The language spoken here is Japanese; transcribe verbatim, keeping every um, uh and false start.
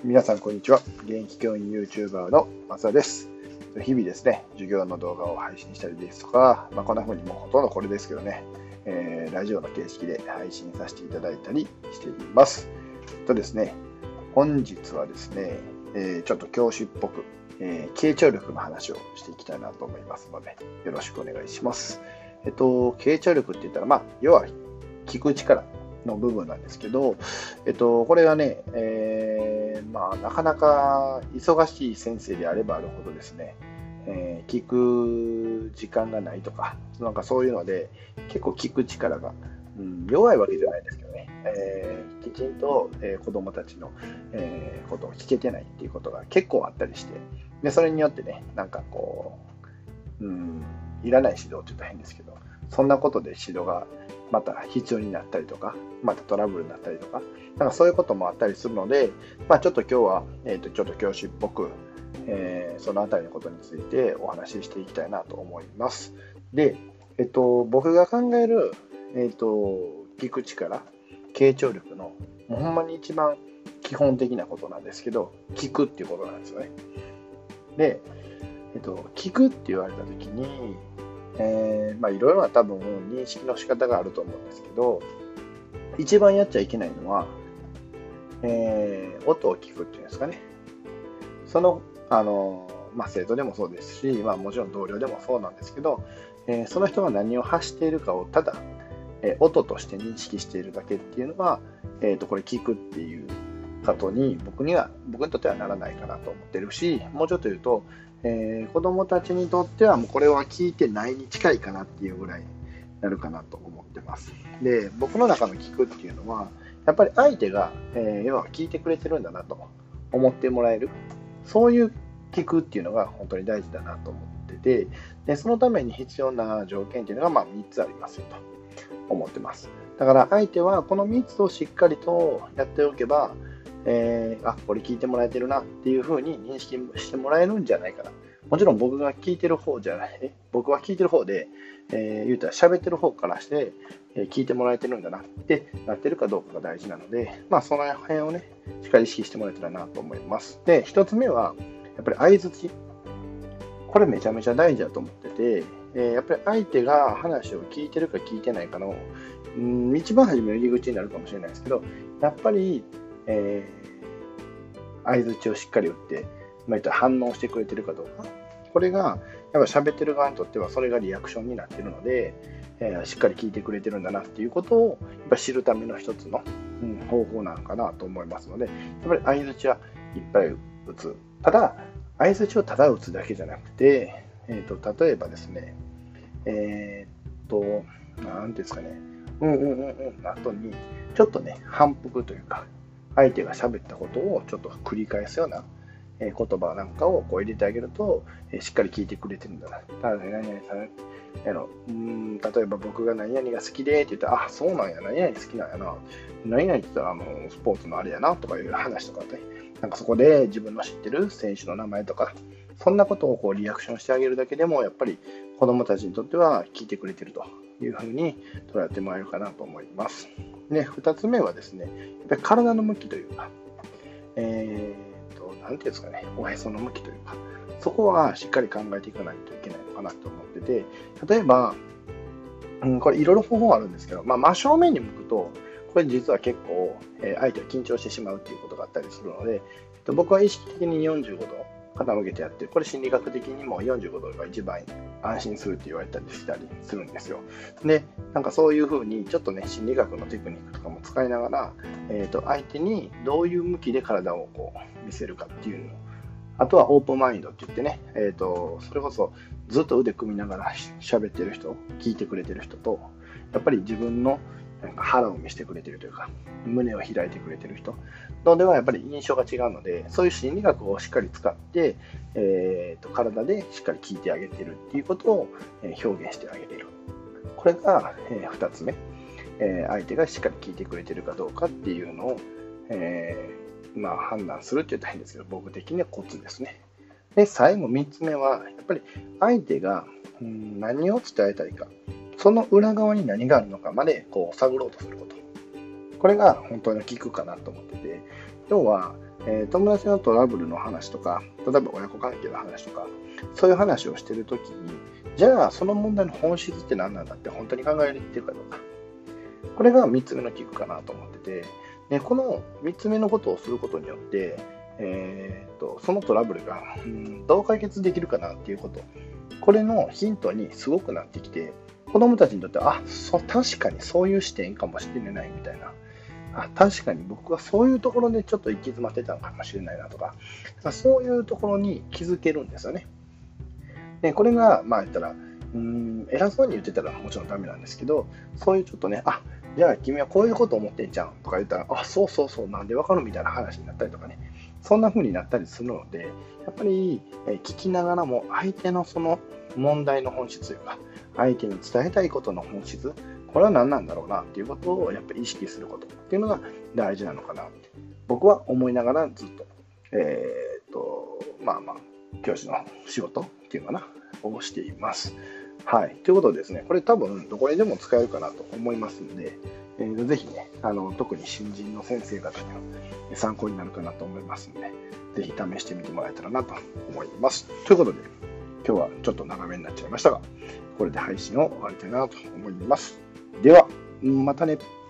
皆さんこんにちは。現役教員 YouTuber の松田です。日々ですね、授業の動画を配信したりですとか、まあ、こんな風にもうほとんどこれですけどね、えー、ラジオの形式で配信させていただいたりしています。とですね、本日はですね、えー、ちょっと教師っぽく、えー、傾聴力の話をしていきたいなと思いますので、よろしくお願いします。えっと、傾聴力って言ったら、まあ、要は聞く力の部分なんですけど、えっと、これがね、えー、まあ、なかなか忙しい先生であればあるほどですね、えー、聞く時間がないとか、なんかそういうので、結構聞く力が、うん、弱いわけじゃないですけどね、えー、きちんと、えー、子どもたちの、えー、ことを聞けてないっていうことが結構あったりして、でそれによってね、なんかこう、うん、いらない指導って言ったら変ですけど、そんなことで指導がまた必要になったりとか、またトラブルになったりとか、なんかそういうこともあったりするので、まあ、ちょっと今日は、えーと、ちょっと教師っぽく、えー、そのあたりのことについてお話ししていきたいなと思います。で、えっと、僕が考える、えっと、聞く力、傾聴力の、もうほんまに一番基本的なことなんですけど、聞くっていうことなんですよね。で、えっと、聞くって言われたときに、えー、まあいろいろな多分認識の仕方があると思うんですけど、一番やっちゃいけないのは、えー、音を聞くっていうんですかね。その、あの、まあ生徒でもそうですし、まあもちろん同僚でもそうなんですけど、えー、その人が何を発しているかをただ、えー、音として認識しているだけっていうのは、えーと、これ聞くっていうことに僕には、僕にとってはならないかなと思ってるし、もうちょっと言うと、えー、子どもたちにとってはもうこれは聞いてないに近いかなっていうぐらいになるかなと思ってます。で、僕の中の聞くっていうのは、やっぱり相手が、えー、要は聞いてくれてるんだなと思ってもらえる、そういう聞くっていうのが本当に大事だなと思ってて、でそのために必要な条件っていうのがまあみっつありますよと思ってます。だから相手はこのみっつをしっかりとやっておけば、えー、あ、これ聞いてもらえてるなっていうふうに認識してもらえるんじゃないかな。もちろん僕が聞いてる方じゃない、僕は聞いてる方で、えー、言うたら喋ってる方からして、えー、聞いてもらえてるんだなってなってるかどうかが大事なので、まあその辺をね、しっかり意識してもらえたらなと思います。で、一つ目は、やっぱり相づち。これめちゃめちゃ大事だと思ってて、えー、やっぱり相手が話を聞いてるか聞いてないかの、うん、一番初めの入り口になるかもしれないですけど、やっぱり、えー、相づちをしっかり打って、まあ、反応してくれてるかどうか。これが、やっぱ喋ってる側にとってはそれがリアクションになってるので、えー、しっかり聞いてくれてるんだなっていうことをやっぱ知るための一つの、うん、方法なのかなと思いますので、やっぱり相づちはいっぱい打つ。ただ、相づちをただ打つだけじゃなくて、えーと、例えばですね、えー、っと、なんていうんですかね、うんうんうんうんの後に、ちょっとね、反復というか、相手が喋ったことをちょっと繰り返すような言葉なんかをこう入れてあげると、しっかり聞いてくれてるんだな。ただね、何々さん、あのうーん例えば僕が何々が好きでって言ったら、あ、そうなんや、何々好きなんやな。何々って言ったらあのスポーツのあれやなとかいう話とかね、なんかそこで自分の知ってる選手の名前とか、そんなことをこうリアクションしてあげるだけでも、やっぱり子供たちにとっては聞いてくれてるというふうに捉えてもらえるかなと思います。で、二つ目はですね、やっぱり体の向きというか、えーと、なんていうんですかね、おへその向きというか、そこはしっかり考えていかないといけないのかなと思ってて、例えば、うん、これいろいろ方法あるんですけど、まあ、真正面に向くと、これ実は結構、えー、相手は緊張してしまうっていうことがあったりするので、えっと、僕は意識的によんじゅうごど傾けてやって、これ心理学的にもよんじゅうごどが一番安心するって言われたりしたりするんですよ。で、なんかそういうふうにちょっとね、心理学のテクニックとかも使いながら、えーと、相手にどういう向きで体をこう見せるかっていうのを、あとはオープンマインドって言ってね、えーと、それこそずっと腕組みながら喋ってる人、聞いてくれてる人と、やっぱり自分のなんか腹を見せてくれてるというか、胸を開いてくれてる人のではやっぱり印象が違うので、そういう心理学をしっかり使って、えーと、体でしっかり聞いてあげてるっていうことを表現してあげれる。これがふたつめ、えー、相手がしっかり聞いてくれてるかどうかっていうのを、えーまあ、判断するって言ったら変ですけど、僕的にはコツですね。で、最後みっつめは、やっぱり相手がん何を伝えたいか、その裏側に何があるのかまでこう探ろうとすること。これが本当に聞くかなと思ってて、要は、 えー、友達のトラブルの話とか、例えば親子関係の話とか、そういう話をしているときに、じゃあその問題の本質って何なんだって本当に考えれてるかどうか。これがみっつめのキックかなと思ってて、でこのみっつめのことをすることによって、えー、とそのトラブルが、うん、どう解決できるかなっていうこと、これのヒントにすごくなってきて、子供たちにとっては、あ、そう、確かにそういう視点かもしれないみたいな。あ、確かに僕はそういうところでちょっと行き詰まってたのかもしれないなとか、そういうところに気づけるんですよね。で、これが、まあ言ったら、うーん、偉そうに言ってたらもちろんダメなんですけど、そういうちょっとね、あ、じゃあ君はこういうこと思ってんじゃんとか言ったら、あ、そうそうそう、なんでわかるみたいな話になったりとかね、そんな風になったりするので、やっぱり、え聞きながらも相手のその問題の本質というか、相手に伝えたいことの本質、これは何なんだろうなっていうことをやっぱり意識することっていうのが大事なのかなって僕は思いながらずっと、えー、っと、まあまあ、教師の仕事っていうのかな、をしています。はい。ということでですね、これ多分どこにでも使えるかなと思いますので、えー、ぜひね、あの、特に新人の先生方には参考になるかなと思いますので、ぜひ試してみてもらえたらなと思います。ということで、今日はちょっと長めになっちゃいましたが、これで配信を終わりたいなと思います。では、またね。